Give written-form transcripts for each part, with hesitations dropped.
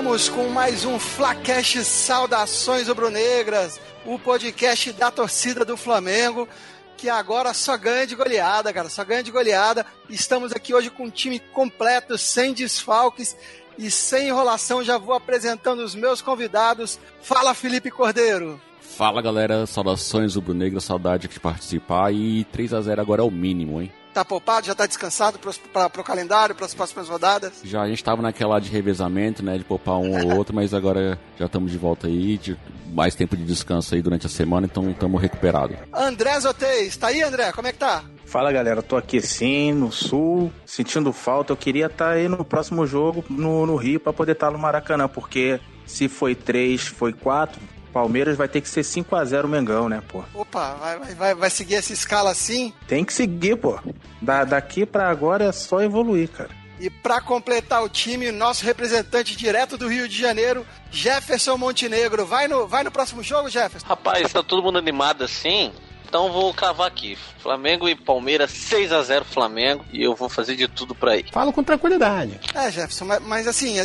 Voltamos com mais um Flacast Saudações Rubro-Negras, o podcast da torcida do Flamengo, que agora só ganha de goleada, cara, só ganha de goleada. Estamos aqui hoje com um time completo, sem desfalques e sem enrolação. Já vou apresentando os meus convidados. Fala, Felipe Cordeiro. Fala, galera, saudações rubro-negras, saudade de participar, e 3-0 agora é o mínimo, hein? Tá poupado? Já tá descansado pro calendário, para as próximas rodadas? Já, a gente tava naquela de revezamento, né, de poupar um ou outro, mas agora já estamos de volta aí, de mais tempo de descanso aí durante a semana, então estamos recuperados. André Zotez, tá aí, André? Como é que tá? Fala, galera, tô aqui sim, no Sul, sentindo falta. Eu queria estar aí no próximo jogo, no Rio, pra poder estar no Maracanã, porque se foi 3, foi 4... Palmeiras vai ter que ser 5-0 o Mengão, né, pô? Opa, vai seguir essa escala assim? Tem que seguir, pô. Daqui pra agora é só evoluir, cara. E pra completar o time, nosso representante direto do Rio de Janeiro, Jefferson Montenegro. Vai no próximo jogo, Jefferson? Rapaz, tá todo mundo animado assim? Então vou cravar aqui. Flamengo e Palmeiras, 6-0 Flamengo, e eu vou fazer de tudo pra ir. Falo com tranquilidade. Jefferson, mas assim, a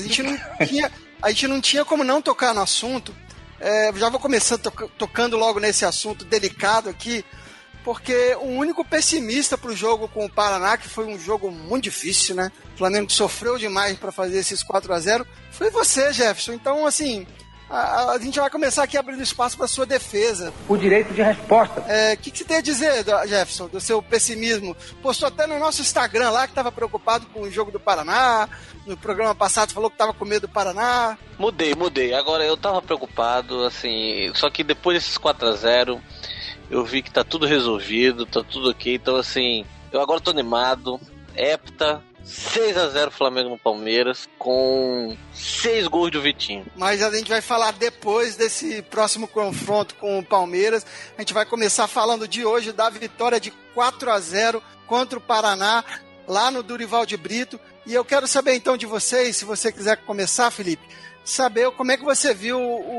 gente não tinha como não tocar no assunto. Já vou começando tocando logo nesse assunto delicado aqui, porque o único pessimista pro jogo com o Paraná, que foi um jogo muito difícil, né? O Flamengo sofreu demais para fazer esses 4-0, foi você, Jefferson. Então, assim, a gente vai começar aqui abrindo espaço para sua defesa. O direito de resposta. O que você tem a dizer, Jefferson, do seu pessimismo? Postou até no nosso Instagram lá que estava preocupado com o jogo do Paraná. No programa passado falou que tava com medo do Paraná. Mudei. Agora eu tava preocupado, assim, só que depois desses 4-0, eu vi que tá tudo resolvido, tá tudo ok. Então, assim, eu agora tô animado. Hepta, 6-0 Flamengo no Palmeiras, com 6 gols do Vitinho. Mas a gente vai falar depois desse próximo confronto com o Palmeiras. A gente vai começar falando de hoje da vitória de 4-0 contra o Paraná, lá no Dorival de Brito. E eu quero saber então de vocês, se você quiser começar, Felipe, saber como é que você viu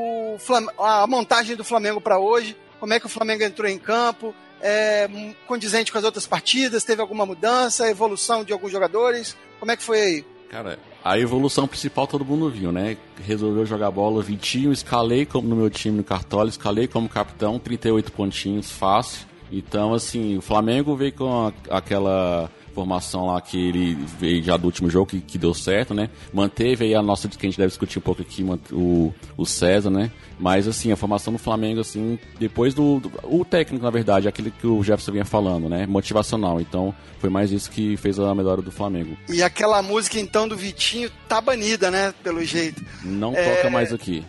a montagem do Flamengo para hoje, como é que o Flamengo entrou em campo, condizente com as outras partidas, teve alguma mudança, evolução de alguns jogadores, como é que foi aí? Cara, a evolução principal todo mundo viu, né? Resolveu jogar bola, Vitinho, escalei como no meu time no Cartola, escalei como capitão, 38 pontinhos, fácil. Então, assim, o Flamengo veio com aquela formação lá que ele veio já do último jogo que deu certo, né? Manteve aí a nossa, que a gente deve discutir um pouco aqui, o César, né? Mas, assim, a formação do Flamengo, assim, depois o técnico, na verdade, aquele que o Jefferson vinha falando, né? Motivacional. Então, foi mais isso que fez a melhora do Flamengo. E aquela música, então, do Vitinho tá banida, né? Pelo jeito. Não toca mais aqui.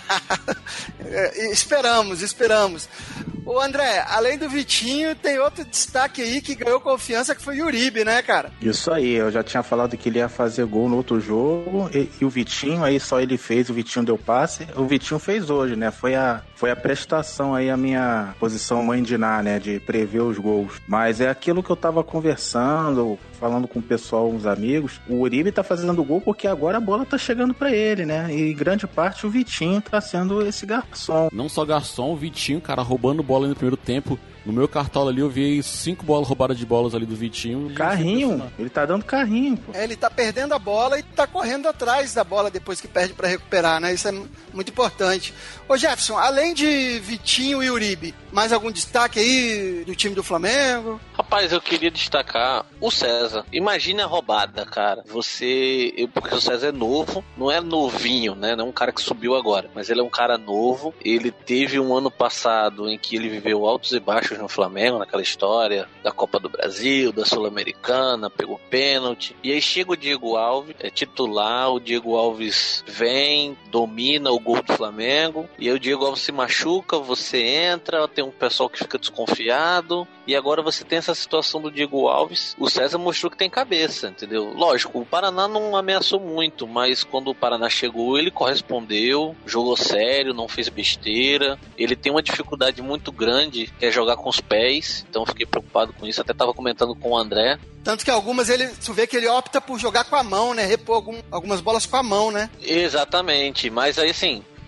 Esperamos. Ô André, além do Vitinho, tem outro destaque aí que ganhou confiança, que foi o Uribe, né, cara? Isso aí, eu já tinha falado que ele ia fazer gol no outro jogo, e o Vitinho, aí só ele fez, o Vitinho deu passe, o Vitinho fez hoje, né, foi a prestação aí, a minha posição mãe de Ná, né, de prever os gols. Mas é aquilo que eu tava conversando, falando com o pessoal, uns amigos, o Uribe tá fazendo gol porque agora a bola tá chegando pra ele, né, e grande parte o Vitinho tá sendo esse garçom. Não só garçom, o Vitinho, cara, roubando bola no primeiro tempo. No meu cartola ali eu vi 5 roubadas de bolas ali do Vitinho. Carrinho, ele tá dando carrinho, pô. Ele tá perdendo a bola e tá correndo atrás da bola depois que perde pra recuperar, né? Isso é muito importante. Ô Jefferson, além de Vitinho e Uribe, mais algum destaque aí do time do Flamengo? Rapaz, eu queria destacar o César. Imagina a roubada, cara. Porque o César é novo, não é novinho, né? Não é um cara que subiu agora, mas ele é um cara novo. Ele teve um ano passado em que ele viveu altos e baixos no Flamengo, naquela história da Copa do Brasil, da Sul-Americana, pegou pênalti. E aí chega o Diego Alves, é titular, o Diego Alves vem, domina o gol do Flamengo, e aí o Diego Alves se machuca, você entra, tem um pessoal que fica desconfiado, e agora você tem essa situação do Diego Alves. O César mostrou que tem cabeça, entendeu? Lógico, o Paraná não ameaçou muito, mas quando o Paraná chegou, ele correspondeu, jogou sério, não fez besteira. Ele tem uma dificuldade muito grande, que é jogar com os pés, então eu fiquei preocupado com isso, até tava comentando com o André. Tanto que algumas tu vê que ele opta por jogar com a mão, né? Repor algumas bolas com a mão, né? Exatamente, mas aí assim,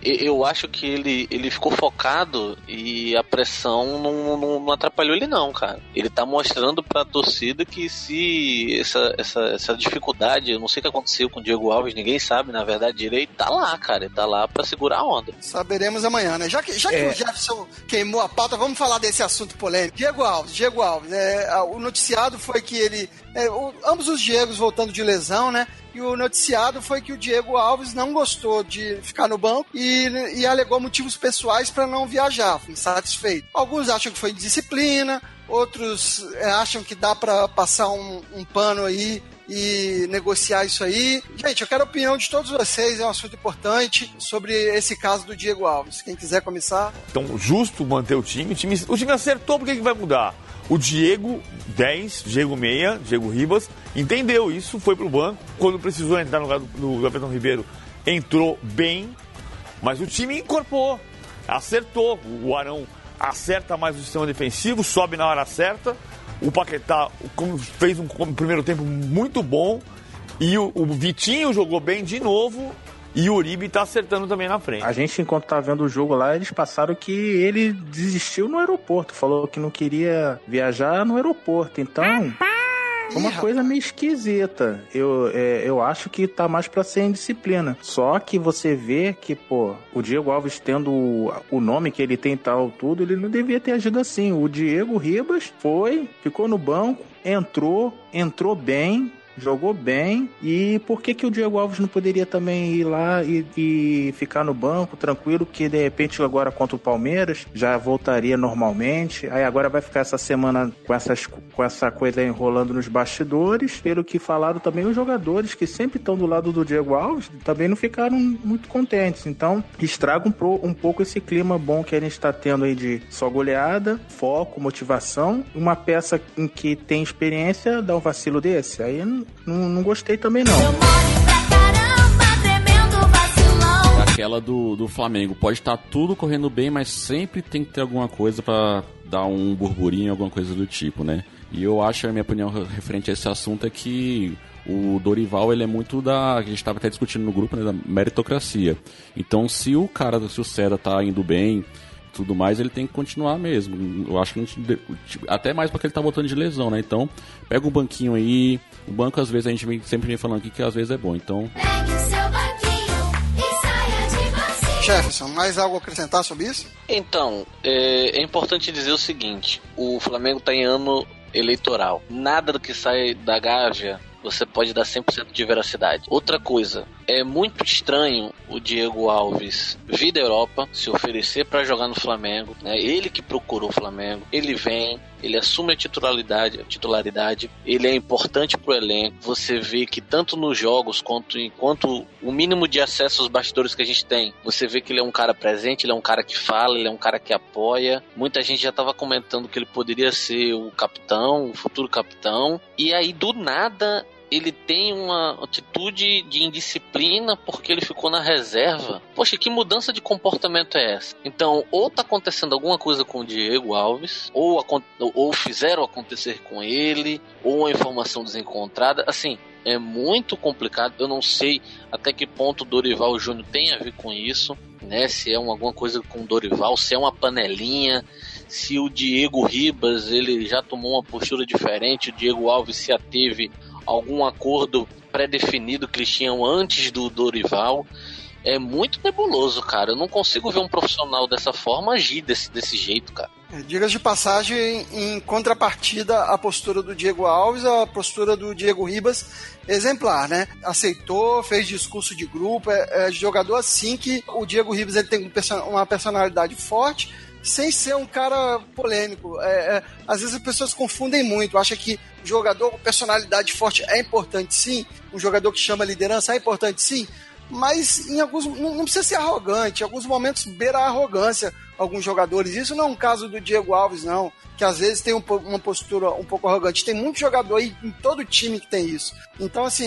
Eu acho que ele ficou focado e a pressão não atrapalhou ele não, cara. Ele tá mostrando pra torcida que se essa dificuldade, eu não sei o que aconteceu com o Diego Alves, ninguém sabe, na verdade, direito, tá lá, cara. Ele tá lá pra segurar a onda. Saberemos amanhã, né? Já que o Jefferson queimou a pauta, vamos falar desse assunto polêmico. Diego Alves. O noticiado foi que ele... ambos os Diegos voltando de lesão, né? E o noticiado foi que o Diego Alves não gostou de ficar no banco e alegou motivos pessoais para não viajar, foi insatisfeito. Alguns acham que foi indisciplina, outros acham que dá para passar um pano aí e negociar isso aí. Gente, eu quero a opinião de todos vocês, é um assunto importante sobre esse caso do Diego Alves. Quem quiser começar. Então, justo manter o time acertou, por que vai mudar? O Diego 10, Diego meia, Diego Ribas, entendeu isso, foi pro banco. Quando precisou entrar no lugar do Everton Ribeiro, entrou bem, mas o time incorporou, acertou. O Arão acerta mais o sistema defensivo, sobe na hora certa. O Paquetá fez um primeiro tempo muito bom e o Vitinho jogou bem de novo. E o Uribe tá acertando também na frente. A gente, enquanto tá vendo o jogo lá, eles passaram que ele desistiu no aeroporto. Falou que não queria viajar no aeroporto. Então, uma coisa meio esquisita. Eu acho que tá mais pra ser indisciplina. Só que você vê que, o Diego Alves tendo o nome que ele tem e tal, tudo, ele não devia ter agido assim. O Diego Ribas ficou no banco, entrou bem, jogou bem. E por que o Diego Alves não poderia também ir lá e ficar no banco tranquilo, que de repente agora contra o Palmeiras já voltaria normalmente? Aí agora vai ficar essa semana com essa coisa enrolando nos bastidores. Pelo que falaram também, os jogadores que sempre estão do lado do Diego Alves também não ficaram muito contentes. Então estraga um pouco esse clima bom que a gente está tendo aí de só goleada, foco, motivação. Uma peça em que tem experiência dá um vacilo desse, aí não gostei também não. Aquela do Flamengo, pode estar tudo correndo bem, mas sempre tem que ter alguma coisa pra dar um burburinho, alguma coisa do tipo, né? E eu acho, a minha opinião referente a esse assunto é que o Dorival, ele é muito a gente estava até discutindo no grupo, né, da meritocracia. Então, se o César tá indo bem, tudo mais, ele tem que continuar mesmo. Eu acho que até mais porque ele tá voltando de lesão, né? Então, pega um banquinho aí. O banco, às vezes, a gente sempre vem falando aqui que às vezes é bom. Então, pegue o seu banquinho e saia de você. Jefferson, mais algo a acrescentar sobre isso? Então, é importante dizer o seguinte: o Flamengo tá em ano eleitoral. Nada do que sai da Gávea você pode dar 100% de veracidade. Outra coisa, é muito estranho o Diego Alves vir da Europa, se oferecer para jogar no Flamengo, né? Ele que procurou o Flamengo, ele vem, ele assume a titularidade, ele é importante pro elenco. Você vê que tanto nos jogos quanto o mínimo de acesso aos bastidores que a gente tem, você vê que ele é um cara presente, ele é um cara que fala, ele é um cara que apoia. Muita gente já estava comentando que ele poderia ser o capitão, o futuro capitão, e aí do nada ele tem uma atitude de indisciplina porque ele ficou na reserva. Poxa, que mudança de comportamento é essa? Então, ou tá acontecendo alguma coisa com o Diego Alves, ou fizeram acontecer com ele, ou uma informação desencontrada. Assim, é muito complicado. Eu não sei até que ponto o Dorival Júnior tem a ver com isso, né? Se é alguma coisa com o Dorival, se é uma panelinha, se o Diego Ribas ele já tomou uma postura diferente, o Diego Alves se ateve algum acordo pré-definido que eles tinham antes do Dorival. É muito nebuloso, cara. Eu não consigo ver um profissional dessa forma agir desse jeito, cara. Diga-se de passagem, em contrapartida à postura do Diego Alves, a postura do Diego Ribas, exemplar, né? Aceitou, fez discurso de grupo, é jogador assim que o Diego Ribas ele tem uma personalidade forte, sem ser um cara polêmico. Às vezes as pessoas confundem muito, acham que jogador com personalidade forte é importante sim, um jogador que chama liderança é importante sim, mas em alguns não precisa ser arrogante, em alguns momentos beira a arrogância alguns jogadores. Isso não é um caso do Diego Alves não, que às vezes tem uma postura um pouco arrogante. Tem muito jogador aí em todo time que tem isso. Então assim,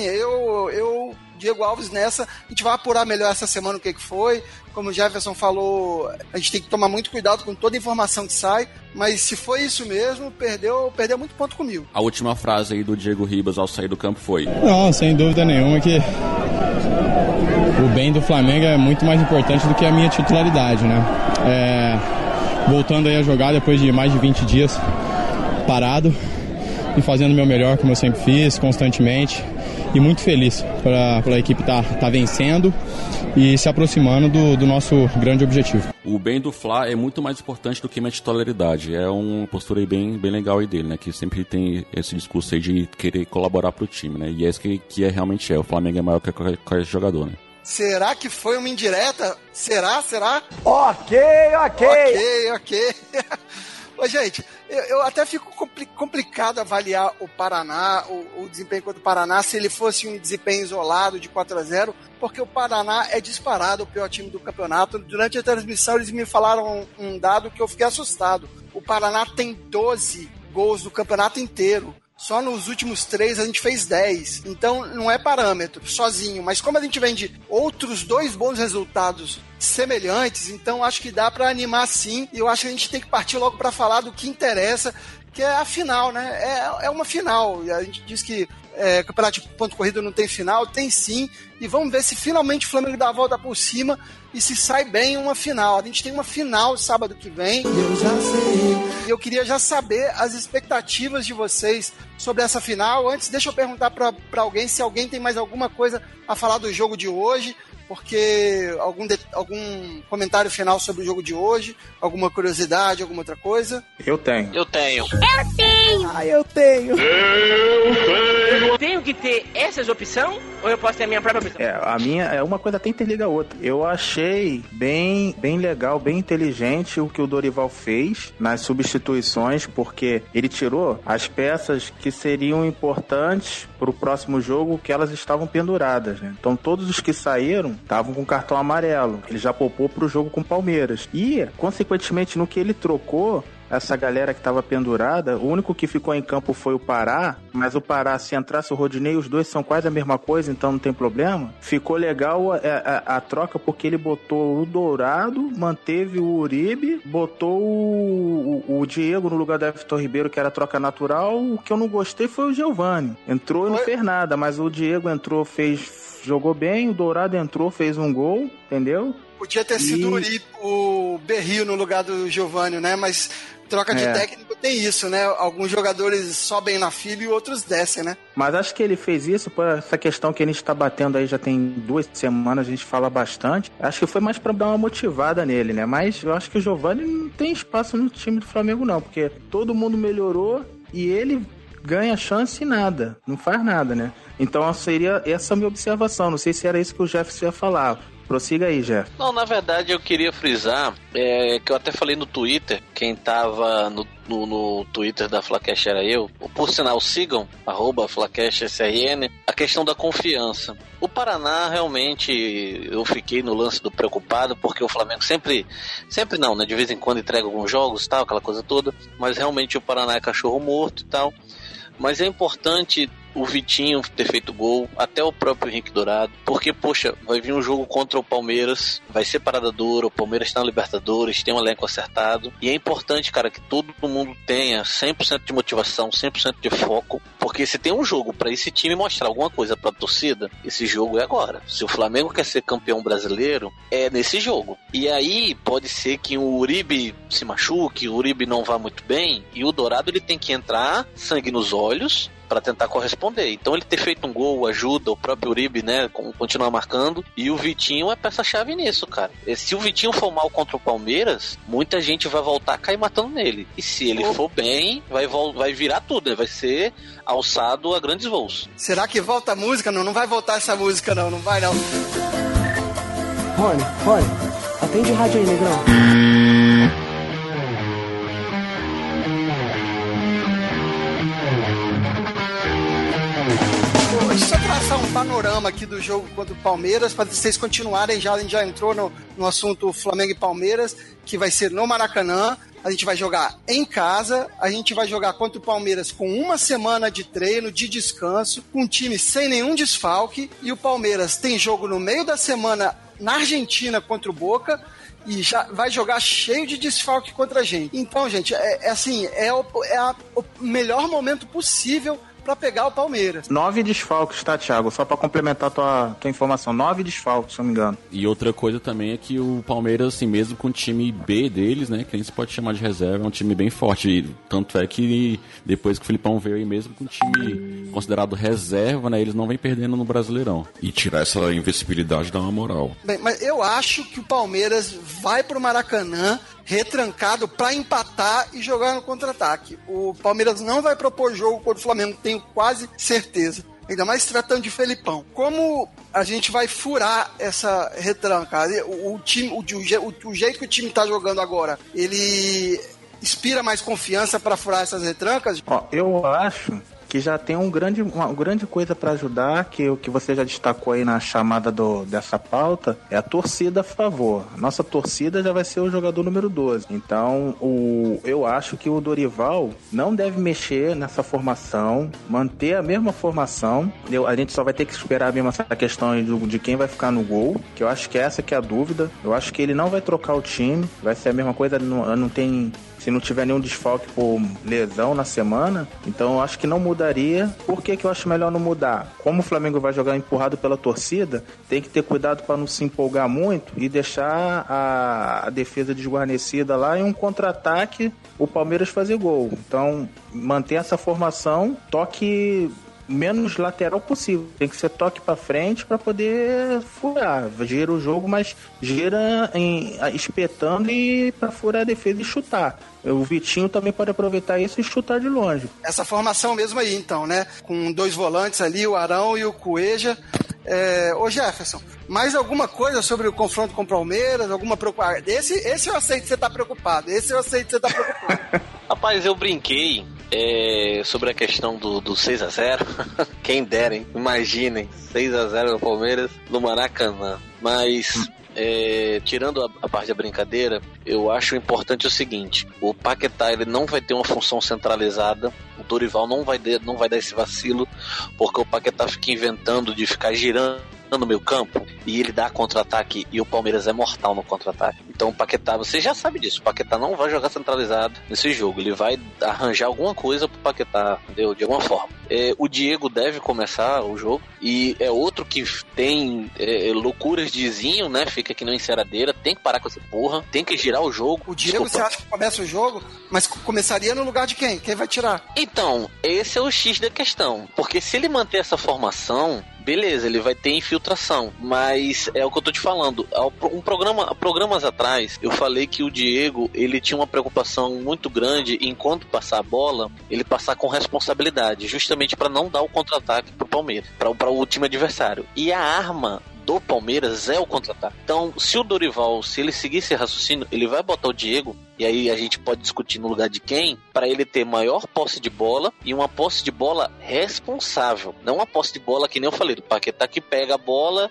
eu Diego Alves nessa, a gente vai apurar melhor essa semana o que foi. Como o Jefferson falou, a gente tem que tomar muito cuidado com toda a informação que sai, mas se foi isso mesmo, perdeu muito ponto comigo. A última frase aí do Diego Ribas ao sair do campo foi: Não, sem dúvida nenhuma que o bem do Flamengo é muito mais importante do que a minha titularidade, né? Voltando aí a jogar depois de mais de 20 dias parado e fazendo o meu melhor, como eu sempre fiz, constantemente, e muito feliz pela equipe tá vencendo e se aproximando do nosso grande objetivo. O bem do Fla é muito mais importante do que minha titularidade. É uma postura aí bem legal aí dele, né? Que sempre tem esse discurso aí de querer colaborar pro time, né? E é isso que realmente é. O Flamengo é maior que qualquer jogador, né? Será que foi uma indireta? Será? Ok. Ô, gente, eu até fico complicado avaliar o Paraná, o desempenho contra o Paraná, se ele fosse um desempenho isolado de 4-0, porque o Paraná é disparado o pior time do campeonato. Durante a transmissão eles me falaram um dado que eu fiquei assustado. O Paraná tem 12 gols no campeonato inteiro. Só nos últimos 3 a gente fez 10. Então não é parâmetro, sozinho. Mas como a gente vem de outros 2 bons resultados semelhantes, então acho que dá pra animar sim. E eu acho que a gente tem que partir logo pra falar do que interessa, que é a final, né? É uma final. E a gente diz que campeonato de ponto corrido não tem final, tem sim. E vamos ver se finalmente o Flamengo dá a volta por cima e se sai bem uma final. A gente tem uma final sábado que vem. Eu já sei. E eu queria já saber as expectativas de vocês sobre essa final. Antes, deixa eu perguntar pra alguém se alguém tem mais alguma coisa a falar do jogo de hoje, porque algum comentário final sobre o jogo de hoje, alguma curiosidade, alguma outra coisa? Eu tenho. Ah, eu tenho. Eu tenho que ter essas opções ou eu posso ter a minha própria opção? A minha é uma coisa até interliga a outra. Eu achei bem legal, bem inteligente o que o Dorival fez nas substituições, porque ele tirou as peças que seriam importantes para o próximo jogo, que elas estavam penduradas, né? Então todos os que saíram estavam com cartão amarelo. Ele já poupou para o jogo com o Palmeiras. E, consequentemente, no que ele trocou, essa galera que estava pendurada, o único que ficou em campo foi o Pará, mas o Pará, se entrasse o Rodinei, os dois são quase a mesma coisa, então não tem problema. Ficou legal a troca porque ele botou o Dourado, manteve o Uribe, botou o Diego no lugar do Everton Ribeiro, que era troca natural. O que eu não gostei foi o Giovani. Entrou e não fez nada, mas o Diego entrou, jogou bem, o Dourado entrou, fez um gol, entendeu? Podia ter sido o Berrio no lugar do Giovani, né? Mas troca de técnico tem isso, né? Alguns jogadores sobem na fila e outros descem, né? Mas acho que ele fez isso por essa questão que a gente tá batendo aí já tem 2 semanas, a gente fala bastante. Acho que foi mais pra dar uma motivada nele, né? Mas eu acho que o Giovani não tem espaço no time do Flamengo, não, porque todo mundo melhorou e ele ganha chance e nada, não faz nada, né? Então seria essa a minha observação. Não sei se era isso que o Jefferson ia falar. Prossiga aí, Jeff. Não, na verdade eu queria frisar que eu até falei no Twitter, quem tava no Twitter da Flacast era eu. Por sinal, sigam @FlacastSRN, a questão da confiança. O Paraná, realmente, eu fiquei no lance do preocupado, porque o Flamengo sempre não, né? De vez em quando entrega alguns jogos e tal, aquela coisa toda, mas realmente o Paraná é cachorro morto e tal. Mas é importante o Vitinho ter feito gol, até o próprio Henrique Dourado, porque, poxa, vai vir um jogo contra o Palmeiras, vai ser parada dura, o Palmeiras está na Libertadores, tem um elenco acertado, e é importante, cara, que todo mundo tenha 100% de motivação, 100% de foco, porque se tem um jogo para esse time mostrar alguma coisa pra torcida, esse jogo é agora. Se o Flamengo quer ser campeão brasileiro, é nesse jogo. E aí, pode ser que o Uribe se machuque, o Uribe não vá muito bem, e o Dourado ele tem que entrar sangue nos olhos para tentar corresponder. Então ele ter feito um gol ajuda o próprio Uribe, né, continuar marcando, e o Vitinho é peça-chave nisso, cara. E se o Vitinho for mal contra o Palmeiras, muita gente vai voltar a cair matando nele. E se ele for bem, vai virar tudo, né? Vai ser alçado a grandes voos. Será que volta a música? Não vai voltar essa música não vai não. Rony, atende o rádio aí, negrão. Deixa eu traçar um panorama aqui do jogo contra o Palmeiras, para vocês continuarem já. A gente já entrou no assunto Flamengo e Palmeiras, que vai ser no Maracanã. A gente vai jogar em casa, a gente vai jogar contra o Palmeiras com uma semana de treino, de descanso, com um time sem nenhum desfalque, e o Palmeiras tem jogo no meio da semana na Argentina contra o Boca, e já vai jogar cheio de desfalque contra a gente. Então, gente, é o melhor momento possível pra pegar o Palmeiras. 9 desfalques, tá, Thiago? Só pra complementar tua informação. 9 desfalques, se não me engano. E outra coisa também é que o Palmeiras, assim, mesmo com o time B deles, né, que nem se pode chamar de reserva, é um time bem forte. E tanto é que depois que o Filipão veio aí, mesmo com o time considerado reserva, né, eles não vêm perdendo no Brasileirão. E tirar essa invencibilidade dá uma moral. Bem, mas eu acho que o Palmeiras vai pro Maracanã retrancado pra empatar e jogar no contra-ataque. O Palmeiras não vai propor jogo contra o Flamengo, tenho quase certeza. Ainda mais tratando de Felipão. Como a gente vai furar essa retranca? O jeito que o time tá jogando agora, ele inspira mais confiança para furar essas retrancas? Ó, eu acho que já tem uma grande coisa para ajudar, que o que você já destacou aí na chamada dessa pauta, é a torcida a favor. Nossa torcida já vai ser o jogador número 12. Então, eu acho que o Dorival não deve mexer nessa formação, manter a mesma formação. A gente só vai ter que esperar mesmo essa questão de quem vai ficar no gol, que eu acho que essa que é a dúvida. Eu acho que ele não vai trocar o time, vai ser a mesma coisa, não tem... Se não tiver nenhum desfalque por lesão na semana, então eu acho que não mudaria. Por que eu acho melhor não mudar? Como o Flamengo vai jogar empurrado pela torcida, tem que ter cuidado para não se empolgar muito e deixar a defesa desguarnecida lá e um contra-ataque o Palmeiras fazer gol. Então, manter essa formação, toque menos lateral possível. Tem que ser toque pra frente pra poder furar. Gira o jogo, mas gira espetando e pra furar a defesa e chutar. O Vitinho também pode aproveitar isso e chutar de longe. Essa formação mesmo aí, então, né? Com 2 volantes ali, o Arão e o Cueja. Ô Jefferson, mais alguma coisa sobre o confronto com o Palmeiras? Alguma preocupação? Esse eu aceito que você tá preocupado. Rapaz, eu brinquei sobre a questão do 6-0. Quem dera, hein? Imaginem, 6-0 no Palmeiras no Maracanã. Mas... tirando a parte da brincadeira, eu acho importante o seguinte: o Paquetá, ele não vai ter uma função centralizada. O Dorival não vai dar esse vacilo, porque o Paquetá fica inventando de ficar girando no meio campo e ele dá contra-ataque, e o Palmeiras é mortal no contra-ataque. Então o Paquetá, você já sabe disso, o Paquetá não vai jogar centralizado nesse jogo, ele vai arranjar alguma coisa pro Paquetá, entendeu? De alguma forma. O Diego deve começar o jogo, e é outro que tem loucuras de Zinho, né? Fica aqui na enceradeira, tem que parar com essa porra, tem que girar o jogo. O Diego, você acha que começa o jogo, mas começaria no lugar de quem? Quem vai tirar? Então, esse é o X da questão, porque se ele manter essa formação, beleza, ele vai ter infiltração, mas é o que eu tô te falando. Programas atrás, eu falei que o Diego, ele tinha uma preocupação muito grande, enquanto passar a bola, ele passar com responsabilidade, justamente para não dar o contra-ataque pro Palmeiras, para o time adversário. E a arma do Palmeiras é o contra-ataque. Então, se o Dorival, se ele seguir esse raciocínio, ele vai botar o Diego, e aí a gente pode discutir no lugar de quem, para ele ter maior posse de bola e uma posse de bola responsável. Não uma posse de bola que nem eu falei, do Paquetá que pega a bola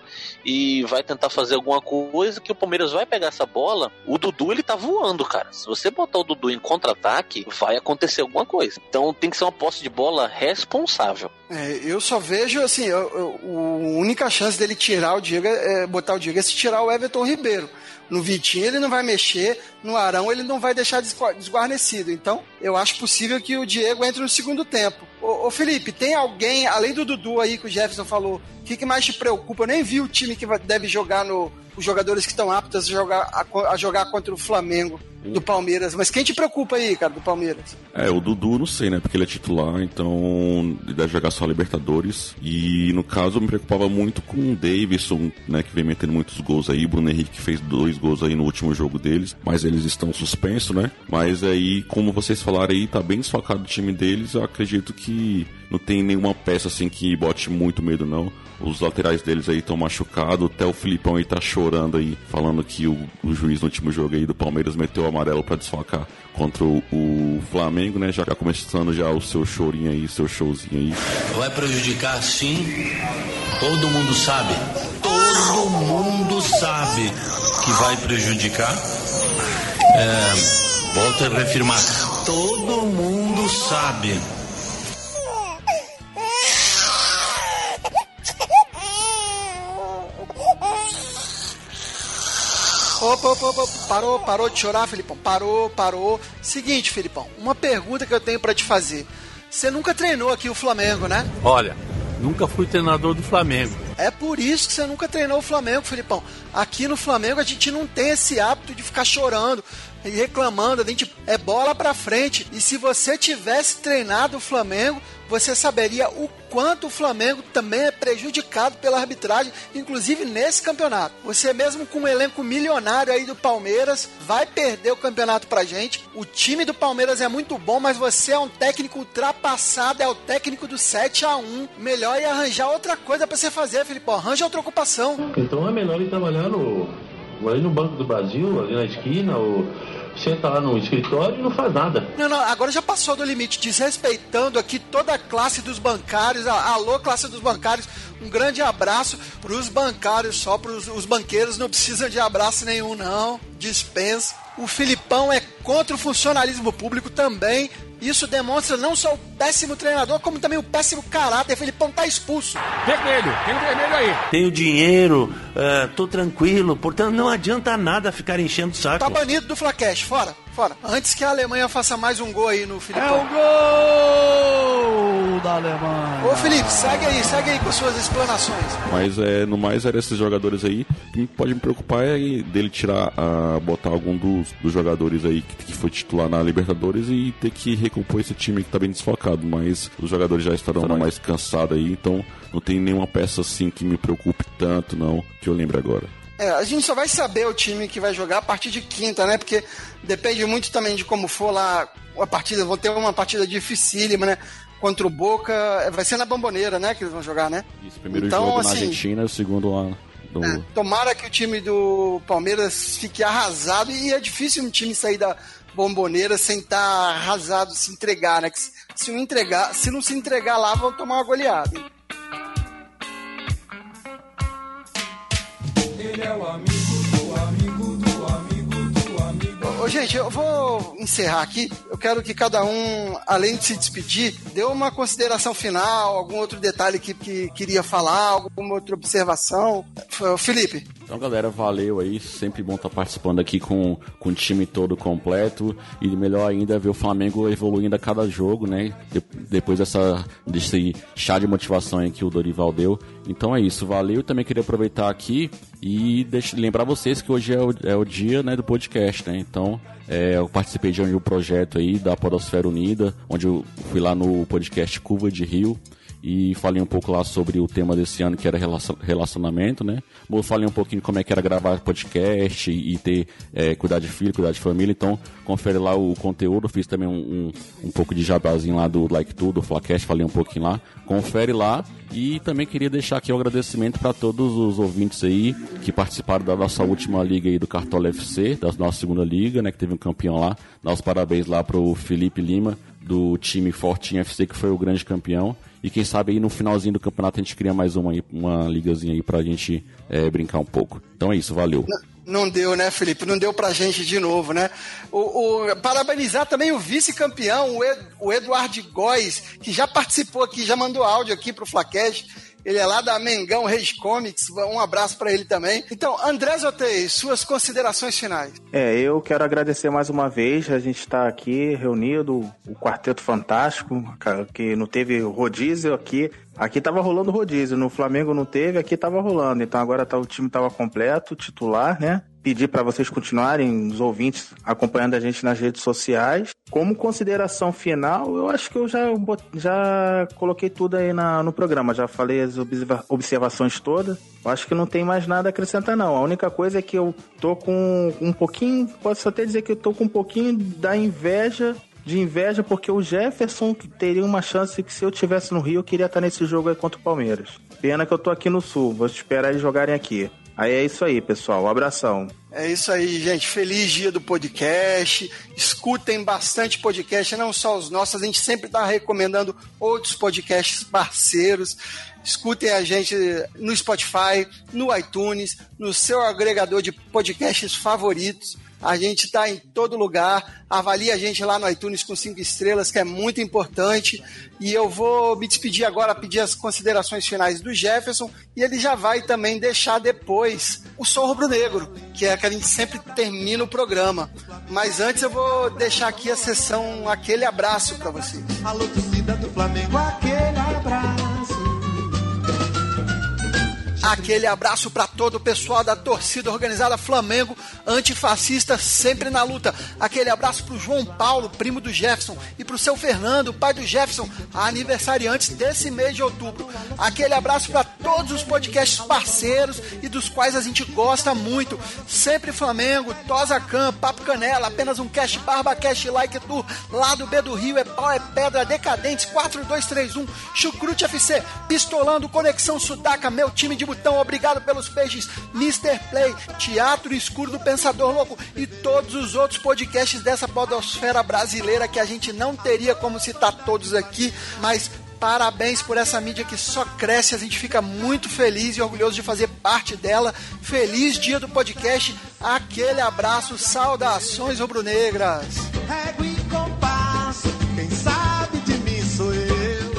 e vai tentar fazer alguma coisa, que o Palmeiras vai pegar essa bola. O Dudu, ele tá voando, cara. Se você botar o Dudu em contra-ataque, vai acontecer alguma coisa. Então tem que ser uma posse de bola responsável. Eu só vejo, assim, a única chance dele tirar o Diego, botar o Diego, é se tirar o Everton Ribeiro. No Vitinho ele não vai mexer, no Arão ele não vai deixar desguarnecido. Então, eu acho possível que o Diego entre no segundo tempo. Ô Felipe, tem alguém, além do Dudu aí que o Jefferson falou, o que mais te preocupa? Eu nem vi o time que deve jogar os jogadores que estão aptos a jogar contra o Flamengo do Palmeiras. Mas quem te preocupa aí, cara, do Palmeiras? O Dudu, não sei, né? Porque ele é titular, então ele deve jogar só Libertadores. E no caso eu me preocupava muito com o Davidson, né? Que vem metendo muitos gols aí. Bruno Henrique que fez 2 gols aí no último jogo deles. Mas eles estão suspensos, né? Mas aí, como vocês falaram aí, tá bem desfalcado o time deles. Eu acredito que não tem nenhuma peça assim que bote muito medo, não. Os laterais deles aí estão machucados. Até o Filipão aí tá chorando aí, falando que o juiz no último jogo aí do Palmeiras meteu o amarelo pra desfalcar contra o Flamengo, né? Já começando já o seu chorinho aí, seu showzinho aí. Vai prejudicar, sim. Todo mundo sabe. Todo mundo sabe que vai prejudicar. Volto a reafirmar. Todo mundo sabe. Opa, parou de chorar, Felipão, parou. Seguinte, Felipão, uma pergunta que eu tenho pra te fazer. você nunca treinou aqui o Flamengo, né? Olha, nunca fui treinador do Flamengo. É por isso que você nunca treinou o Flamengo, Filipão. Aqui no Flamengo a gente não tem esse hábito de ficar chorando e reclamando, a gente é bola pra frente. E se você tivesse treinado o Flamengo, você saberia o quanto o Flamengo também é prejudicado pela arbitragem, inclusive nesse campeonato. Você mesmo com um elenco milionário aí do Palmeiras, vai perder o campeonato pra gente. O time do Palmeiras é muito bom, mas você é um técnico ultrapassado, é o técnico do 7-1. Melhor é arranjar outra coisa pra você fazer, Filipão. Arranja outra ocupação. Então é melhor ir trabalhar ali no Banco do Brasil, ali na esquina, ou senta lá no escritório e não faz nada. Não, agora já passou do limite, desrespeitando aqui toda a classe dos bancários. Alô, classe dos bancários, um grande abraço pros bancários, só pros os banqueiros não precisam de abraço nenhum, não, dispensa. O Filipão é contra o funcionalismo público também. Isso demonstra não só o péssimo treinador, como também o péssimo caráter. O Filipão tá expulso. Vermelho, tem um vermelho aí. Tenho dinheiro, tô tranquilo, portanto não adianta nada ficar enchendo o saco. Tá banido do Flacast, fora. Antes que a Alemanha faça mais um gol aí no Filipão. É o gol da Alemanha. Ô Felipe, segue aí com suas explanações. Mas no mais eram esses jogadores aí. O que pode me preocupar é dele botar algum dos jogadores aí que foi titular na Libertadores e ter que recompor esse time que tá bem desfocado. Mas os jogadores já estarão mais cansados aí, então não tem nenhuma peça assim que me preocupe tanto, não, que eu lembre agora. A gente só vai saber o time que vai jogar a partir de quinta, né? Porque depende muito também de como for lá a partida. Vão ter uma partida dificílima, né? Contra o Boca. Vai ser na Bombonera, né? Que eles vão jogar, né? Isso, primeiro jogo na Argentina, o segundo lá. Tomara que o time do Palmeiras fique arrasado. E é difícil um time sair da Bombonera sem estar arrasado, se entregar, né? Que se não se entregar lá, vão tomar uma goleada, hein? Ele é o amigo do amigo do amigo do amigo. Ô, gente, eu vou encerrar aqui. Eu quero que cada um, além de se despedir, dê uma consideração final, algum outro detalhe que queria falar, alguma outra observação. Felipe. Então, galera, valeu aí. Sempre bom estar participando aqui com o time todo completo. E melhor ainda ver o Flamengo evoluindo a cada jogo, né? Depois desse chá de motivação aí que o Dorival deu. Então é isso, valeu. Também queria aproveitar aqui e lembrar vocês que hoje é o dia, né, do podcast, né? Então eu participei de um projeto aí da Podosfera Unida, onde eu fui lá no podcast Curva de Rio e falei um pouco lá sobre o tema desse ano, que era relacionamento, né? Eu falei um pouquinho como é que era gravar podcast e ter, cuidar de filho, cuidar de família. Então, confere lá o conteúdo. Fiz também um pouco de jabazinho lá do Like Tudo, do Flacast, falei um pouquinho lá. Confere lá. E também queria deixar aqui o agradecimento para todos os ouvintes aí que participaram da nossa última liga aí do Cartola FC, da nossa segunda liga, né? Que teve um campeão lá. Dar os parabéns lá pro Felipe Lima, do time Fortinho FC, que foi o grande campeão. E quem sabe aí no finalzinho do campeonato a gente cria mais uma ligazinha aí pra gente brincar um pouco. Então é isso, valeu. Não deu, né, Felipe? Não deu pra gente de novo, né? Parabenizar também o vice-campeão, o Eduardo Góes, que já participou aqui, já mandou áudio aqui pro Flacast. Ele é lá da Mengão Reis Comics. Um abraço para ele também. Então, André Zotei, suas considerações finais. Eu quero agradecer mais uma vez. A gente está aqui reunido, o Quarteto Fantástico, que não teve rodízio aqui. Aqui tava rolando rodízio, no Flamengo não teve, aqui tava rolando. Então agora o time tava completo, titular, né? Pedir para vocês continuarem, os ouvintes, acompanhando a gente nas redes sociais. Como consideração final, eu acho que eu já coloquei tudo aí no programa. Já falei as observações todas. Eu acho que não tem mais nada a acrescentar, não. A única coisa é que eu tô com um pouquinho, posso até dizer que eu tô com um pouquinho de inveja, porque o Jefferson teria uma chance que, se eu tivesse no Rio, eu queria estar nesse jogo aí contra o Palmeiras. Pena que eu tô aqui no Sul, vou esperar eles jogarem aqui. Aí é isso aí, pessoal, um abração. É isso aí, gente, feliz dia do podcast. Escutem bastante podcast, não só os nossos, a gente sempre tá recomendando outros podcasts parceiros. Escutem a gente no Spotify, no iTunes, no seu agregador de podcasts favoritos. A gente está em todo lugar. Avalie a gente lá no iTunes com 5 estrelas, que é muito importante. E eu vou me despedir agora, pedir as considerações finais do Jefferson, e ele já vai também deixar depois o som rubro-negro, que é que a gente sempre termina o programa. Mas antes eu vou deixar aqui a sessão Aquele Abraço para você. Alô, torcida do Flamengo, aquele abraço. Aquele abraço para todo o pessoal da torcida organizada Flamengo, antifascista, sempre na luta. Aquele abraço pro João Paulo, primo do Jefferson, e pro seu Fernando, pai do Jefferson, aniversariantes desse mês de outubro. Aquele abraço para todos os podcasts parceiros e dos quais a gente gosta muito. Sempre Flamengo, Tosa Can, Papo Canela, Apenas um Cast, Barba Cast, Like Tour, Lado B do Rio, É Pau, É Pedra, Decadentes, 4231, Chucrute FC, Pistolando, Conexão Sudaca, Meu Time de Botão, Obrigado pelos Peixes, Mr. Play, Teatro Escuro do Pensador Louco e todos os outros podcasts dessa podosfera brasileira que a gente não teria como citar todos aqui, mas parabéns por essa mídia que só cresce, a gente fica muito feliz e orgulhoso de fazer parte dela. Feliz dia do podcast, aquele abraço, saudações rubro-negras. Régua e compasso, quem sabe de mim sou eu.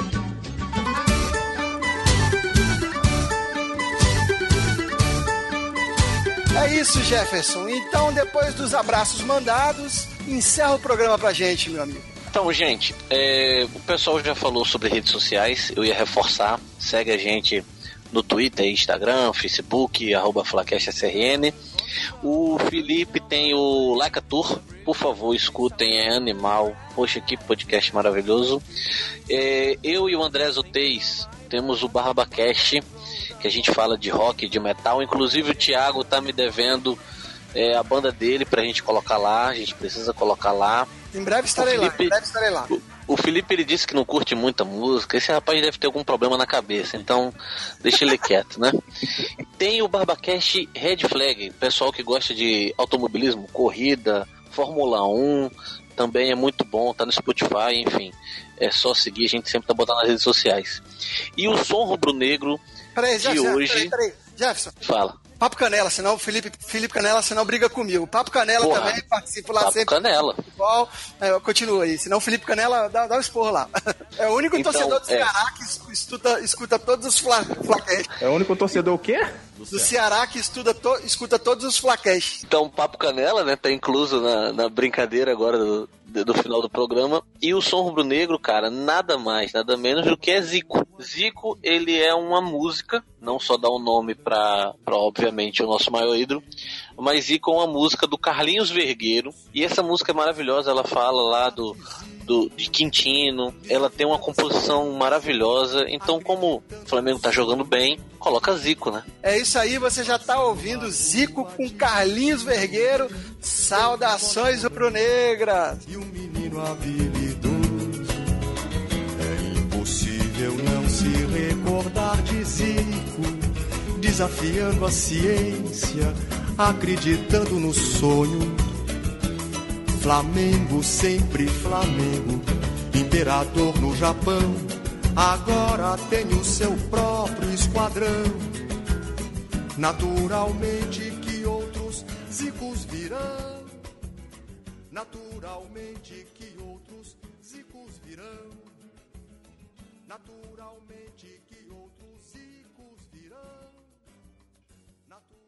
É isso, Jefferson. Então, depois dos abraços mandados, encerra o programa pra gente, meu amigo. Então, gente, o pessoal já falou sobre redes sociais, eu ia reforçar, segue a gente no Twitter, Instagram, Facebook, @FlaCastSRN. O Felipe tem o Like a Tour, por favor, escutem, é animal. Poxa, que podcast maravilhoso. Eu e o André Zotez temos o BarbaCast, que a gente fala de rock, de metal. Inclusive o Thiago tá me devendo a banda dele pra gente colocar lá, a gente precisa colocar lá. Em breve estarei lá. O Felipe, ele disse que não curte muita música. Esse rapaz deve ter algum problema na cabeça, então deixa ele quieto, né? Tem o BarbaCast Red Flag, pessoal que gosta de automobilismo, corrida, Fórmula 1, também é muito bom, tá no Spotify, enfim. É só seguir, a gente sempre tá botando nas redes sociais. E o Som Rubro-Negro de hoje... Peraí, Jefferson. Fala. Papo Canela, senão o Felipe Canela, senão briga comigo. Papo Canela também, participo lá Papo sempre. Canela. Igual, continua aí, senão o Felipe Canela dá um esporro lá. É o único torcedor do Ceará que escuta todos os flacasts. É o único torcedor o quê? Do Ceará que escuta todos os flacasts. Então, Papo Canela, né, tá incluso na brincadeira agora do final do programa. E o Som Rubro-Negro, cara, nada mais, nada menos do que é Zico. Zico, ele é uma música, não só dá um nome pra obviamente, o nosso maior ídolo, mas Zico é uma música do Carlinhos Vergueiro. E essa música é maravilhosa, ela fala lá de Quintino, ela tem uma composição maravilhosa. Então, como o Flamengo tá jogando bem, coloca Zico, né? É isso aí, você já tá ouvindo Zico com Carlinhos Vergueiro. Saudações rubro-negras. E um menino habilidoso, é impossível não se recordar de Zico, desafiando a ciência, acreditando no sonho. Flamengo, sempre Flamengo, imperador no Japão, agora tem o seu próprio esquadrão. Naturalmente que outros Zicos virão, naturalmente que outros Zicos virão, naturalmente que outros Zicos virão.